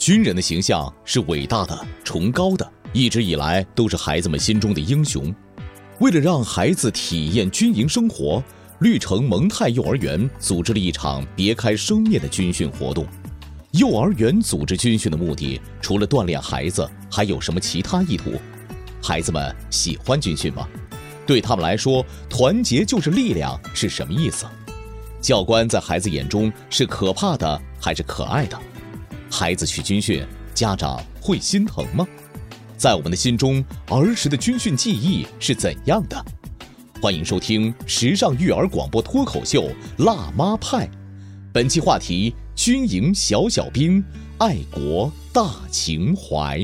军人的形象是伟大的、崇高的，一直以来都是孩子们心中的英雄。为了让孩子体验军营生活，绿城蒙泰幼儿园组织了一场别开生面的军训活动。幼儿园组织军训的目的，除了锻炼孩子，还有什么其他意图？孩子们喜欢军训吗？对他们来说，团结就是力量是什么意思？教官在孩子眼中是可怕的还是可爱的？孩子去军训，家长会心疼吗？在我们的心中，儿时的军训记忆是怎样的？欢迎收听时尚育儿广播脱口秀《辣妈派》，本期话题：军营小小兵，爱国大情怀。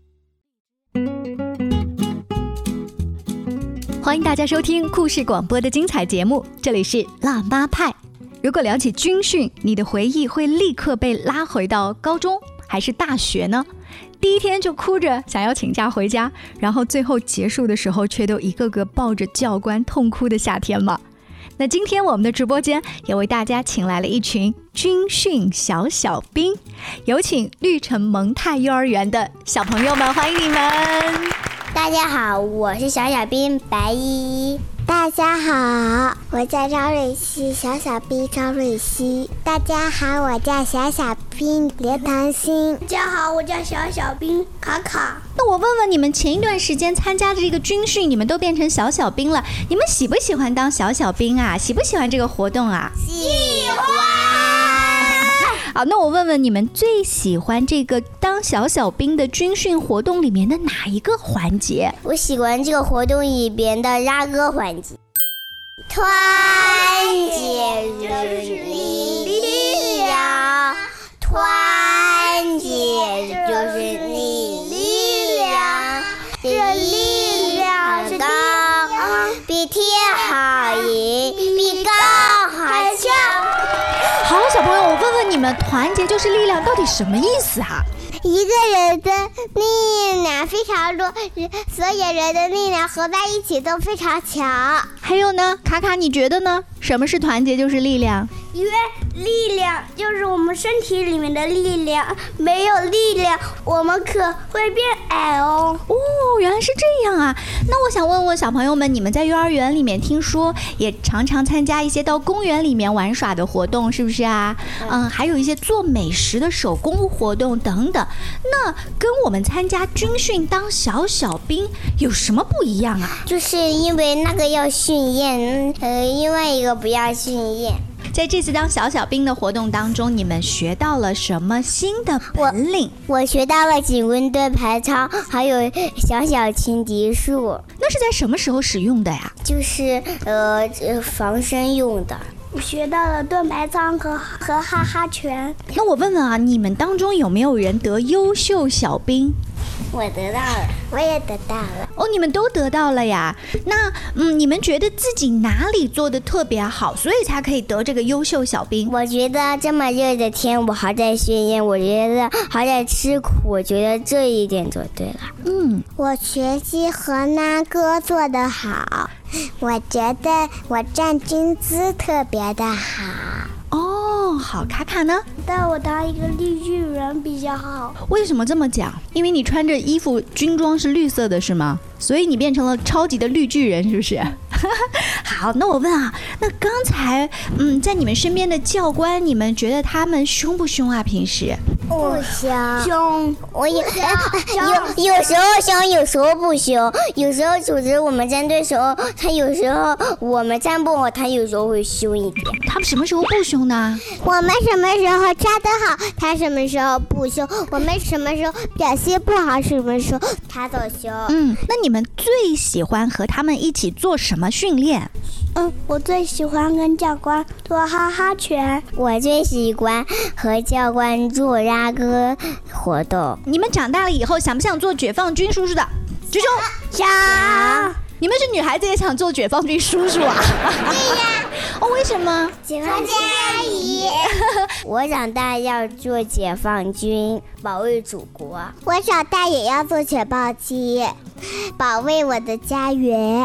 欢迎大家收听故事广播的精彩节目，这里是辣妈派。如果聊起军训，你的回忆会立刻被拉回到高中还是大学呢？第一天就哭着想要请假回家，然后最后结束的时候却都一个个抱着教官痛哭的夏天吗？那今天我们的直播间也为大家请来了一群军训小小兵，有请绿城蒙泰幼儿园的小朋友们，欢迎你们。 大家好，我是小小兵白依依。 大家好，我叫赵瑞希，小小兵赵瑞希。大家好，我叫小小兵刘唐鑫。 大家好，我叫小小兵卡卡。 那我问问你们，前一段时间参加的这个军训，你们都变成小小兵了，你们喜不喜欢当小小兵啊？喜不喜欢这个活动啊？ 喜欢。 好，那我问问你们，最喜欢这个当小小兵的军训活动里面的哪一个环节？ 我喜欢这个活动里边的拉歌环节。团结就是力量，团结就是力量，这力量是高，比铁还硬，比高还强。 好，小朋友，我问问你们，团结就是力量到底什么意思啊？ 一个人的力量非常弱，所有人的力量合在一起都非常强。 还有呢，卡卡，你觉得呢？什么是团结就是力量？ 因为力量就是我们身体里面的力量，没有力量我们可会变矮哦。 哦，原来是这样啊。那我想问问小朋友们，你们在幼儿园里面听说也常常参加一些到公园里面玩耍的活动，是不是啊？还有一些做美食的手工活动等等。那跟我们参加军训当小小兵有什么不一样啊？ 就是因为那个要训练，另外一个不要训练。 在这次当小小兵的活动当中，你们学到了什么新的本领？ 我学到了警棍盾牌操，还有小小轻敌术。 那是在什么时候使用的呀？ 就是防身用的。我学到了盾牌操和哈哈拳。 那我问问啊，你们当中有没有人得优秀小兵？ 我得到了， 我也得到了。 哦，你们都得到了呀？那你们觉得自己哪里做得特别好，所以才可以得这个优秀小兵？ 我觉得这么热的天，我还在训练，我觉得还在吃苦，我觉得这一点做对了。 我学习和拉歌做得好，我觉得我站军姿特别的好。 哦，好，卡卡呢？ 但我当一个绿巨人比较好。 为什么这么讲？因为你穿着衣服军装是绿色的是吗？所以你变成了超级的绿巨人是不是？好，那我问啊，那刚才在你们身边的教官，你们觉得他们凶不凶啊？平时不凶， 我有时候凶，有时候不凶。有时候组织我们站队时候，他有时候我们站不好，他有时候会凶一点。 他们什么时候不凶呢？ 我们什么时候站得好，他什么时候不凶；我们什么时候表现不好，什么时候他都凶。 那你们最喜欢和他们一起做什么训练？ 我最喜欢跟教官做哈哈拳。我最喜欢和教官做拉歌活动。 你们长大了以后想不想做解放军叔叔的？举手。 想。 你们是女孩子也想做解放军叔叔啊？ 对呀。 为什么？ 解放军阿姨。 我长大要做解放军，保卫祖国。 我长大也要做解放军，保卫我的家园。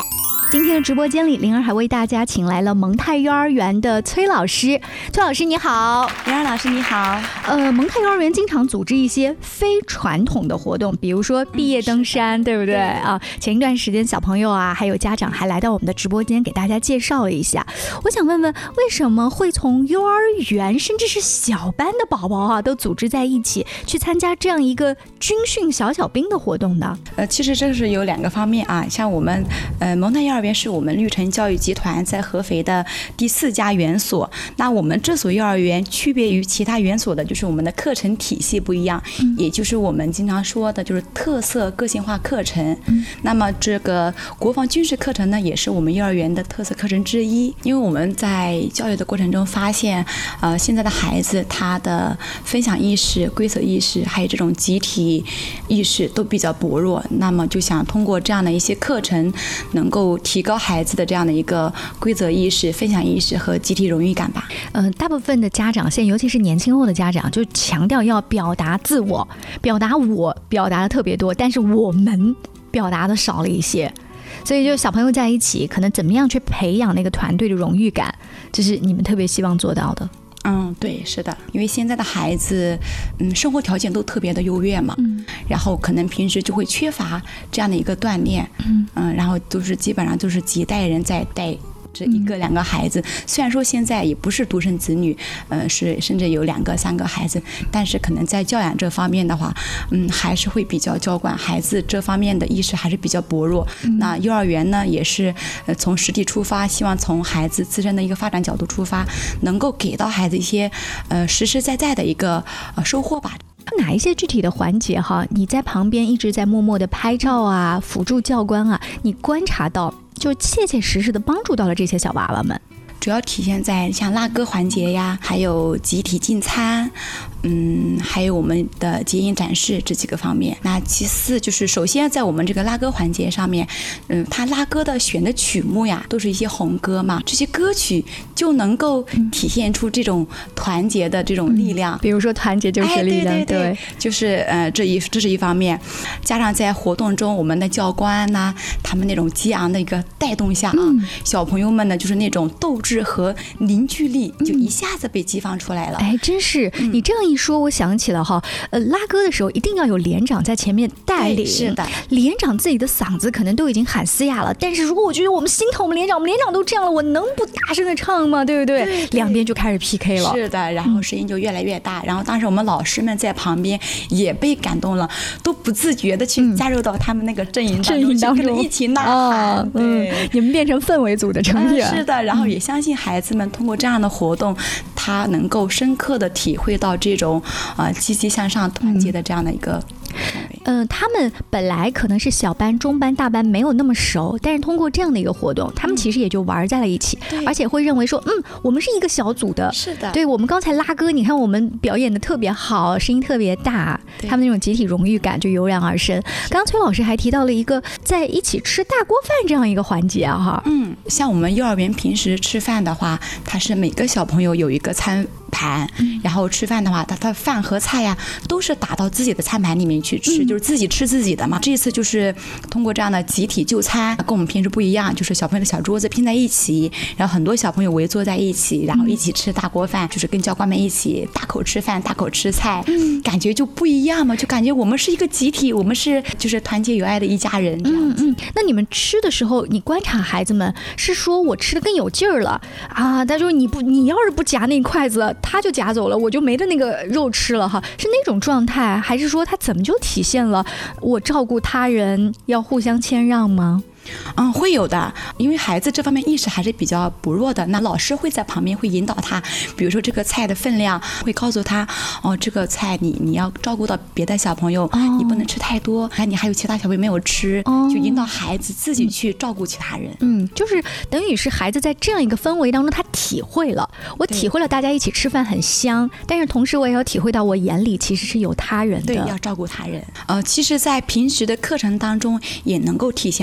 今天的直播间里，灵儿还为大家请来了蒙泰幼儿园的崔老师。崔老师你好。 灵儿老师你好。 蒙泰幼儿园经常组织一些非传统的活动，比如说毕业登山，对不对啊？前一段时间小朋友啊，还有家长还来到我们的直播间给大家介绍了一下。我想问问，为什么会从幼儿园甚至是小班的宝宝啊，都组织在一起去参加这样一个军训小小兵的活动呢？ 其实这是有2个方面啊，像我们蒙泰幼儿园是我们绿城教育集团在合肥的第4家园所。那我们这所幼儿园区别于其他园所的就是我们的课程体系不一样，也就是我们经常说的就是特色个性化课程。那么这个国防军事课程呢，也是我们幼儿园的特色课程之一。因为我们在教育的过程中发现，现在的孩子他的分享意识、规则意识还有这种集体意识都比较薄弱，那么就想通过这样的一些课程能够提高孩子的这样的一个规则意识、分享意识和集体荣誉感吧。 大部分的家长现在尤其是年轻后的家长就强调要表达自我，表达的特别多，但是我们表达的少了一些。所以就小朋友在一起可能怎么样去培养那个团队的荣誉感，这是你们特别希望做到的。 对，是的，因为现在的孩子，生活条件都特别的优越嘛，然后可能平时就会缺乏这样的一个锻炼，然后基本上都是几代人在带这1个2个孩子，虽然说现在也不是独生子女，是甚至有2个3个孩子，但是可能在教养这方面的话，还是会比较娇惯，孩子这方面的意识还是比较薄弱。那幼儿园呢，也是从实地出发，希望从孩子自身的一个发展角度出发，能够给到孩子一些实实在在的一个收获吧。 哪一些具体的环节哈，你在旁边一直在默默的拍照啊，辅助教官啊，你观察到就切切实实的帮助到了这些小娃娃们？ 主要体现在像拉歌环节呀，还有集体进餐，还有我们的结营展示这几个方面。那其次就是首先在我们这个拉歌环节上面，他拉歌的选的曲目呀，都是一些红歌嘛，这些歌曲就能够体现出这种团结的这种力量。 比如说团结就是力量， 对，就是这是一方面。加上在活动中，我们的教官呢，他们那种激昂的一个带动下啊，小朋友们呢就是那种斗志和凝聚力就一下子被激发出来了。 真是你这样一说，我想起了哈，拉歌的时候一定要有连长在前面带领。 是的， 连长自己的嗓子可能都已经喊嘶哑了，但是如果我觉得我们心疼我们连长都这样了，我能不大声的唱吗？对不对？对，两边就开始 PK 了。 是的，然后声音就越来越大，然后当时我们老师们在旁边也被感动了，都不自觉的去加入到他们那个阵营当中一起呐喊。 你们变成氛围组的成员。 是的，然后也相信孩子们通过这样的活动，他能够深刻的体会到这种积极向上、团结的这样的一个。 他们本来可能是小班、中班、大班没有那么熟，但是通过这样的一个活动，他们其实也就玩在了一起，而且会认为说，我们是一个小组的。 是的， 对，我们刚才拉歌，你看我们表演的特别好，声音特别大，他们那种集体荣誉感就油然而生。刚刚崔老师还提到了一个在一起吃大锅饭这样一个环节哈。 像我们幼儿园平时吃饭的话，它是每个小朋友有一个餐盘，然后吃饭的话，他的饭和菜呀都是打到自己的餐盘里面去吃，就是自己吃自己的嘛。这一次就是通过这样的集体就餐，跟我们平时不一样，就是小朋友的小桌子拼在一起，然后很多小朋友围坐在一起，然后一起吃大锅饭，就是跟教官们一起大口吃饭、大口吃菜，感觉就不一样嘛，就感觉我们是一个集体，我们是就是团结友爱的一家人这样子。 那你们吃的时候，你观察孩子们是说我吃的更有劲儿了啊？他说你要是不夹那筷子，他就夹走了，我就没的那个肉吃了哈，是那种状态，还是说他怎么就体现了我照顾他人要互相谦让吗？ 会有的，因为孩子这方面意识还是比较薄弱的，那老师会在旁边会引导他，比如说这个菜的分量，会告诉他这个菜你要照顾到别的小朋友，你不能吃太多，你还有其他小朋友没有吃，就引导孩子自己去照顾其他人。 就是等于是孩子在这样一个氛围当中，他体会了，我体会了大家一起吃饭很香，但是同时我也要体会到我眼里其实是有他人的， 对，要照顾他人。其实在平时的课程当中也能够体现出来，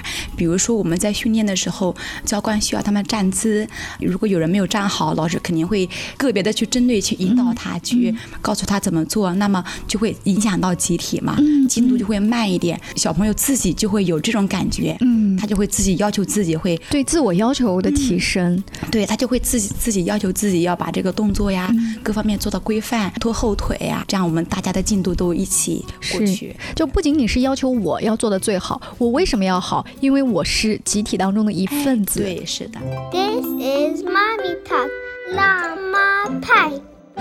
比如说我们在训练的时候，教官需要他们站姿，如果有人没有站好，老师肯定会个别的去针对去引导他，去告诉他怎么做，那么就会影响到集体嘛，进度就会慢一点，小朋友自己就会有这种感觉，他就会自己要求自己，会对自我要求的提升， 对他就会自己要求自己要把这个动作呀，各方面做到规范，拖后腿呀，这样我们大家的进度都一起过去。 就不仅仅是要求我要做的最好，我为什么要好？因为我是集体当中的一份子。 对，是的。 This is Mommy Talk 辣妈派。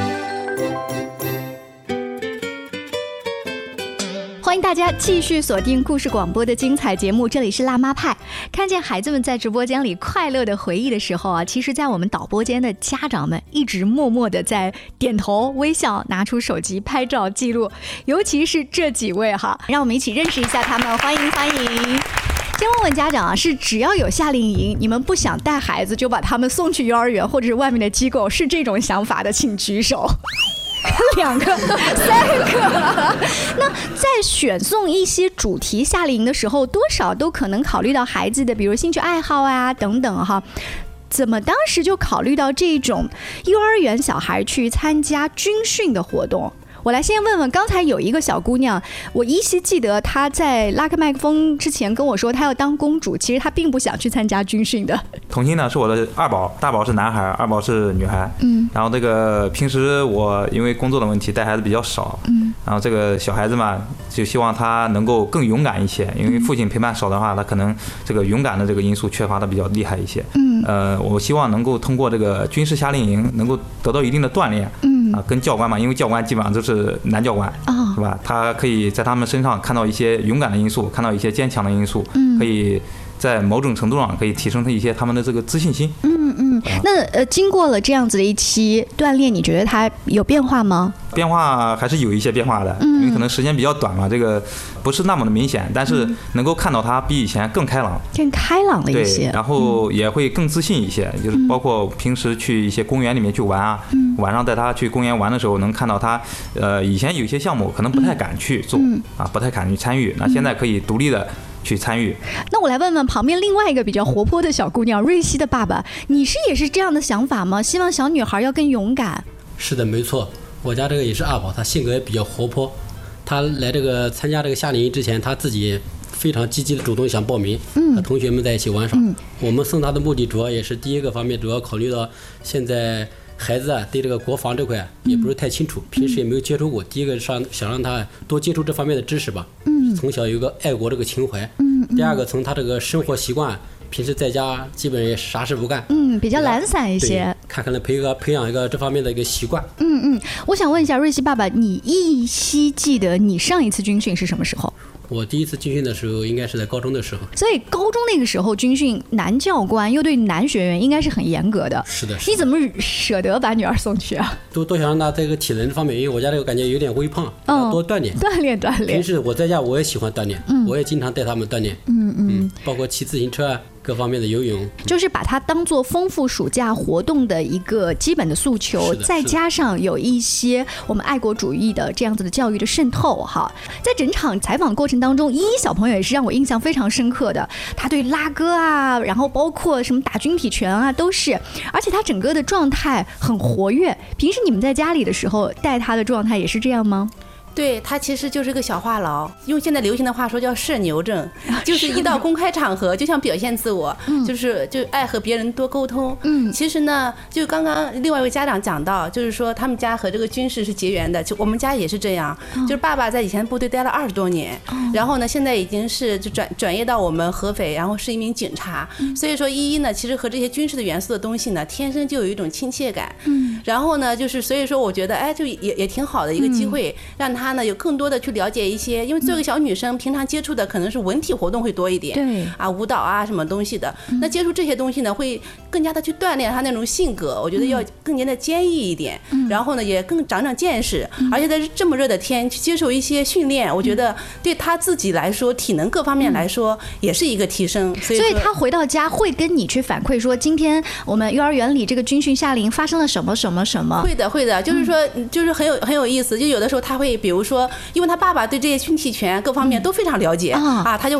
欢迎大家继续锁定故事广播的精彩节目，这里是辣妈派。看见孩子们在直播间里快乐的回忆的时候啊，其实在我们导播间的家长们一直默默的在点头微笑，拿出手机拍照记录，尤其是这几位哈，让我们一起认识一下他们，欢迎欢迎。先问问家长啊，是只要有夏令营，你们不想带孩子就把他们送去幼儿园或者是外面的机构，是这种想法的请举手。2个、3个。那在选送一些主题夏令营的时候，多少都可能考虑到孩子的，比如兴趣爱好啊等等哈。怎么当时就考虑到这种幼儿园小孩去参加军训的活动？我来先问问，刚才有一个小姑娘，我依稀记得她在拉开麦克风之前跟我说她要当公主，其实她并不想去参加军训的。 童心呢是我的二宝，大宝是男孩，二宝是女孩。然后这个平时我因为工作的问题带孩子比较少，然后这个小孩子嘛，就希望他能够更勇敢一些，因为父亲陪伴少的话，他可能这个勇敢的这个因素缺乏的比较厉害一些。我希望能够通过这个军事夏令营能够得到一定的锻炼。跟教官嘛，因为教官基本上都是男教官，是吧？他可以在他们身上看到一些勇敢的因素，看到一些坚强的因素，可以在某种程度上可以提升他们的这个自信心。 那经过了这样子的一期锻炼，你觉得他有变化吗？ 变化还是有一些变化的，因为可能时间比较短嘛，这个不是那么的明显，但是能够看到他比以前更开朗，了一些，然后也会更自信一些，就是包括平时去一些公园里面去玩啊，晚上带他去公园玩的时候，能看到他以前有些项目可能不太敢去做不太敢去参与，那现在可以独立的去参与。 那我来问问旁边另外一个比较活泼的小姑娘瑞希的爸爸，你也是这样的想法吗？希望小女孩要更勇敢？ 是的，没错，我家这个也是二宝，他性格也比较活泼，他来参加这个夏令营之前，他自己非常积极的主动想报名，和同学们在一起玩耍。我们送他的目的主要也是第一个方面，主要考虑到现在孩子对这个国防这块也不是太清楚，平时也没有接触过。第一个想让他多接触这方面的知识吧，从小有一个爱国这个情怀。第二个从他这个生活习惯，平时在家基本也啥事不干，比较懒散一些，看能培养一个这方面的一个习惯。 我想问一下瑞希爸爸，你依稀记得你上一次军训是什么时候？ 我第一次军训的时候应该是在高中的时候。 所以高中那个时候军训，男教官又对男学员应该是很严格的。 是的。 你怎么舍得把女儿送去啊？ 多想让她这个体能方面，因为我家这个感觉有点微胖，要多锻炼。锻炼。平时我在家我也喜欢锻炼，我也经常带他们锻炼。包括骑自行车啊，各方面的游泳， 就是把它当做丰富暑假活动的一个基本的诉求，再加上有一些我们爱国主义的这样子的教育的渗透哈。在整场采访过程当中，依依小朋友也是让我印象非常深刻的，他对拉歌啊，然后包括什么打军体拳啊都是，而且他整个的状态很活跃。平时你们在家里的时候带他的状态也是这样吗？ 对，他其实就是个小话痨，用现在流行的话说叫社牛症，就是一到公开场合就想表现自我，就爱和别人多沟通。其实呢，就刚刚另外一位家长讲到，就是说他们家和这个军事是结缘的，就我们家也是这样，就是爸爸在以前部队待了20多年，然后呢现在已经是就转业到我们合肥，然后是一名警察，所以说依依呢其实和这些军事的元素的东西呢天生就有一种亲切感。然后呢就是所以说我觉得就也挺好的一个机会，让他呢有更多的去了解一些，因为作为一个小女生，平常接触的可能是文体活动会多一点，对啊，舞蹈啊什么东西的。那接触这些东西呢，会更加的去锻炼她那种性格，我觉得要更加的坚毅一点，然后呢也更长见识，而且在这么热的天去接受一些训练，我觉得对她自己来说，体能各方面来说也是一个提升。所以她回到家会跟你去反馈说，今天我们幼儿园里这个军训夏令营发生了什么什么什么。 会的，就是说就是很有意思，就有的时候他会比如说，因为他爸爸对这些军体拳各方面都非常了解他就会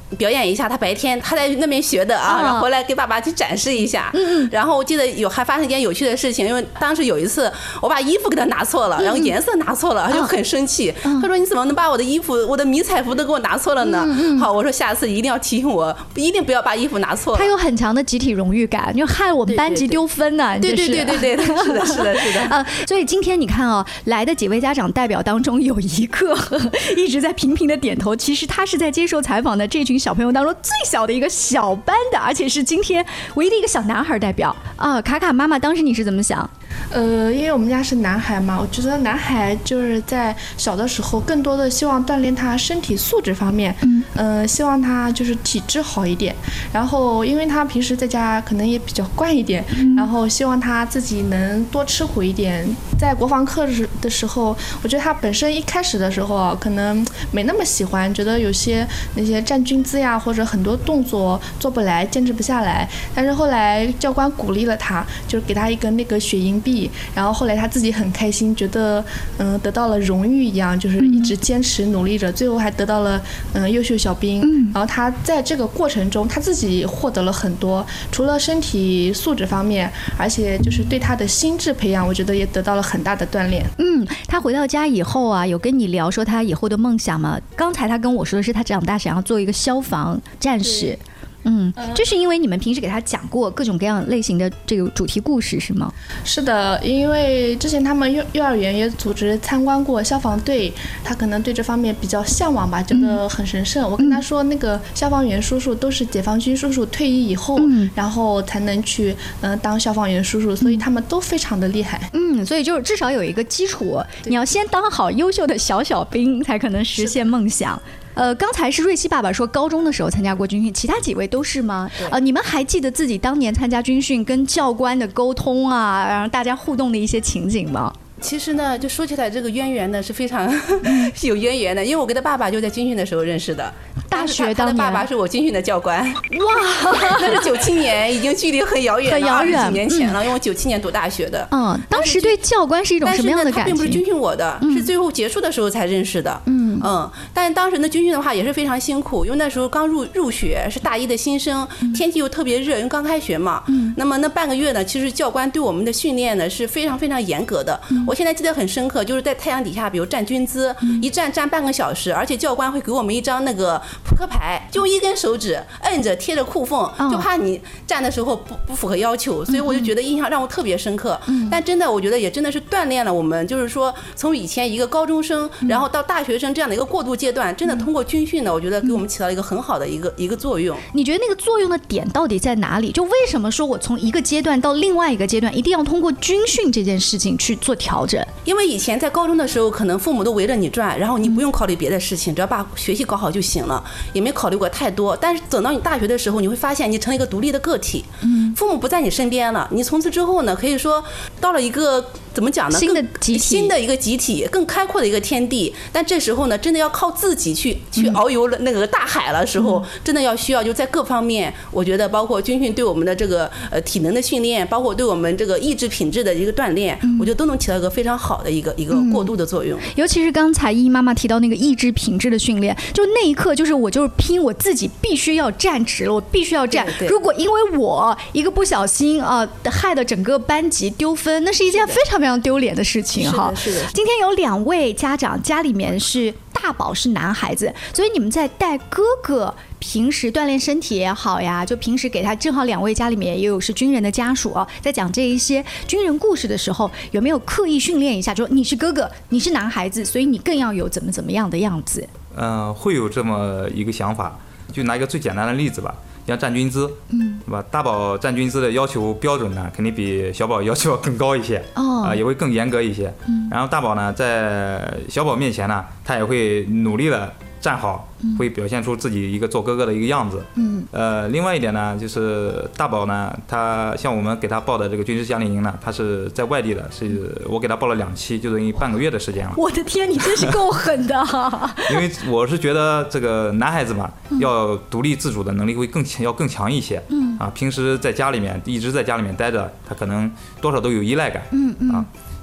表演一下他白天他在那边学的啊，然后回来给爸爸去展示一下。然后我记得还发生一件有趣的事情，因为当时有一次我把衣服给他拿错了，然后颜色拿错了，他就很生气。他说你怎么能把我的衣服、我的迷彩服都给我拿错了呢？好，我说下次一定要提醒我，一定不要把衣服拿错了。 他有很强的集体荣誉感，就害我们班级丢分呢。 对，是的。 所以今天你看哦，来的几位家长代表当中有一个一直在频频的点头，其实他是在接受采访的这群小朋友当中最小的一个小班的，而且是今天唯一的一个小男孩代表啊。卡卡妈妈，当时你是怎么想？ 因为我们家是男孩嘛，我觉得男孩就是在小的时候更多的希望锻炼他身体素质方面，希望他就是体质好一点，然后因为他平时在家可能也比较乖一点，然后希望他自己能多吃苦一点。在国防课的时候，我觉得他本身一开始的时候啊，可能没那么喜欢，觉得有些那些站军姿呀，或者很多动作做不来，坚持不下来。但是后来教官鼓励了他，就是给他一个那个雪银币，然后后来他自己很开心，觉得得到了荣誉一样，就是一直坚持努力着，最后还得到了优秀小兵。然后他在这个过程中，他自己获得了很多，除了身体素质方面，而且就是对他的心智培养，我觉得也得到了很大的锻炼。 他回到家以后啊，有跟你聊说他以后的梦想吗？刚才他跟我说的是他长大想要做一个消防战士。这是因为你们平时给他讲过各种各样类型的这个主题故事是吗？ 是的，因为之前他们幼儿园也组织参观过消防队，他可能对这方面比较向往吧，觉得很神圣。我跟他说，那个消防员叔叔都是解放军叔叔退役以后，然后才能去当消防员叔叔，所以他们都非常的厉害。 所以就是至少有一个基础，你要先当好优秀的小兵，才可能实现梦想。刚才是瑞希爸爸说高中的时候参加过军训，其他几位都是吗？你们还记得自己当年参加军训跟教官的沟通啊，然后大家互动的一些情景吗？ 其实呢，就说起来这个渊源呢是非常是有渊源的，因为我跟他爸爸就在军训的时候认识的。 大学他的爸爸是我军训的教官。哇，那是97年，已经距离很遥远了，20几年前了。因为我97年读大学的。 当时对教官是一种什么样的感情？ 他并不是军训我的，是最后结束的时候才认识的。但是当时的军训的话也是非常辛苦，因为那时候刚入学，是大一的新生，天气又特别热，因为刚开学嘛。那么那半个月呢，其实教官对我们的训练呢是非常非常严格的。我现在记得很深刻，就是在太阳底下，比如站军姿，一站半个小时，而且教官会给我们一张那个扑克牌，就一根手指摁着贴着裤缝，就怕你站的时候不符合要求，所以我就觉得印象让我特别深刻。但真的我觉得也真的是锻炼了我们，就是说从以前一个高中生，然后到大学生这样的一个过渡阶段，真的通过军训呢，我觉得给我们起到一个很好的一个作用。 你觉得那个作用的点到底在哪里？就为什么说我从一个阶段到另外一个阶段，一定要通过军训这件事情去做调整？ 因为以前在高中的时候，可能父母都围着你转，然后你不用考虑别的事情，只要把学习搞好就行了，也没考虑过太多。但是等到你大学的时候，你会发现你成了一个独立的个体，父母不在你身边了，你从此之后呢，可以说到了一个怎么讲呢？新的一个集体，更开阔的一个天地。但这时候呢，真的要靠自己去遨游那个大海了时候，真的需要就在各方面，我觉得包括军训对我们的这个体能的训练，包括对我们这个意志品质的一个锻炼，我觉得都能起到一个非常好的一个过渡的作用。 尤其是刚才依依妈妈提到那个意志品质的训练，就那一刻就是我就是拼我自己必须要站直了，我必须要站。如果因为我一个不小心害得整个班级丢分，那是一件非常非常丢脸的事情哈。 是的。 今天有2位家长家里面是大宝是男孩子，所以你们在带哥哥平时锻炼身体也好呀，就平时给他，正好2位家里面也有是军人的家属在讲这一些军人故事的时候，有没有刻意训练一下，就说你是哥哥，你是男孩子，所以你更要有怎么样的样子？ 会有这么一个想法。就拿一个最简单的例子吧，像站军姿，对吧？大宝站军姿的要求标准呢，肯定比小宝要求更高一些，也会更严格一些。然后大宝呢，在小宝面前呢，他也会努力的站好，会表现出自己一个做哥哥的一个样子。另外一点呢，就是大宝呢，他像我们给他报的这个军事夏令营呢，他是在外地的，是我给他报了2期，就等于半个月的时间了。 我的天，你真是够狠的因为我是觉得这个男孩子嘛，要独立自主的能力会更强一些。平时在家里面一直在家里面待着，他可能多少都有依赖感。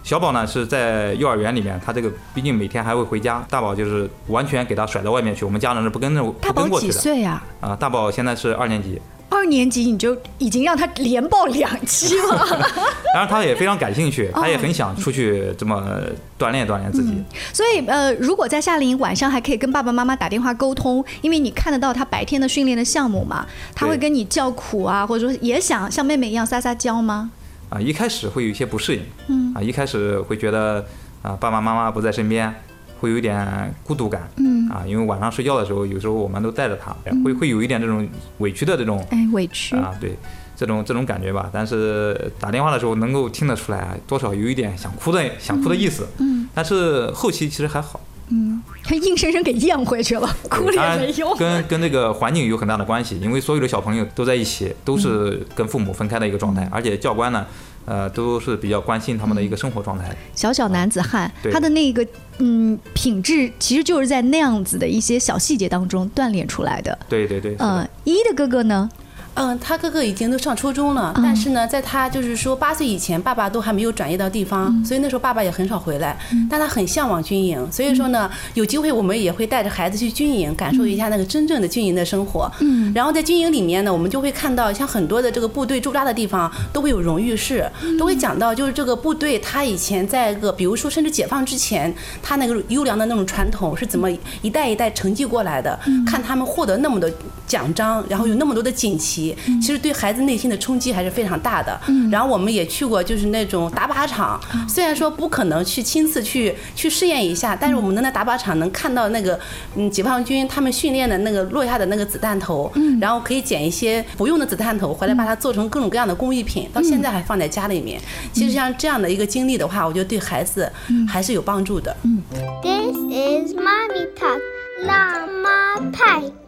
小宝呢是在幼儿园里面，他这个毕竟每天还会回家，大宝就是完全给他甩到外面去，我们家长是不跟过去的。 大宝几岁啊？ 大宝现在是2年级。 2年级你就已经让他连报2期了， 然后他也非常感兴趣，他也很想出去这么锻炼锻炼自己。 所以如果在夏令营晚上还可以跟爸爸妈妈打电话沟通，因为你看得到他白天的训练的项目嘛，他会跟你叫苦啊，或者说也想像妹妹一样撒撒娇吗？ 一开始会有一些不适应，一开始会觉得爸爸妈妈不在身边，会有一点孤独感，因为晚上睡觉的时候，有时候我们都带着他，会有一点这种委屈的这种， 委屈对，这种感觉吧。但是打电话的时候能够听得出来，多少有一点想哭的意思，但是后期其实还好。 他硬生生给咽回去了，哭了也没用。 跟这个环境有很大的关系，因为所有的小朋友都在一起，都是跟父母分开的一个状态，而且教官呢，都是比较关心他们的一个生活状态。 小男子汉，他的那个品质，其实就是在那样子的一些小细节当中锻炼出来的。 对。 依依的哥哥呢？ 他哥哥已经都上初中了，但是呢，在他就是说8岁以前，爸爸都还没有转业到地方，所以那时候爸爸也很少回来。但他很向往军营，所以说呢，有机会我们也会带着孩子去军营，感受一下那个真正的军营的生活。然后在军营里面呢，我们就会看到像很多的这个部队驻扎的地方都会有荣誉室，都会讲到就是这个部队他以前在比如说甚至解放之前，他那个优良的那种传统是怎么一代一代承继过来的，看他们获得那么多奖章，然后有那么多的锦旗。其实对孩子内心的冲击还是非常大的。然后我们也去过就是那种打靶场，虽然说不可能去亲自去试验一下，但是我们能在打靶场能看到那个解放军他们训练的那个落下的那个子弹头，然后可以捡一些不用的子弹头回来把它做成各种各样的工艺品，到现在还放在家里面。其实像这样的一个经历的话，我觉得对孩子还是有帮助的。 This is Mommy Talk 辣妈派。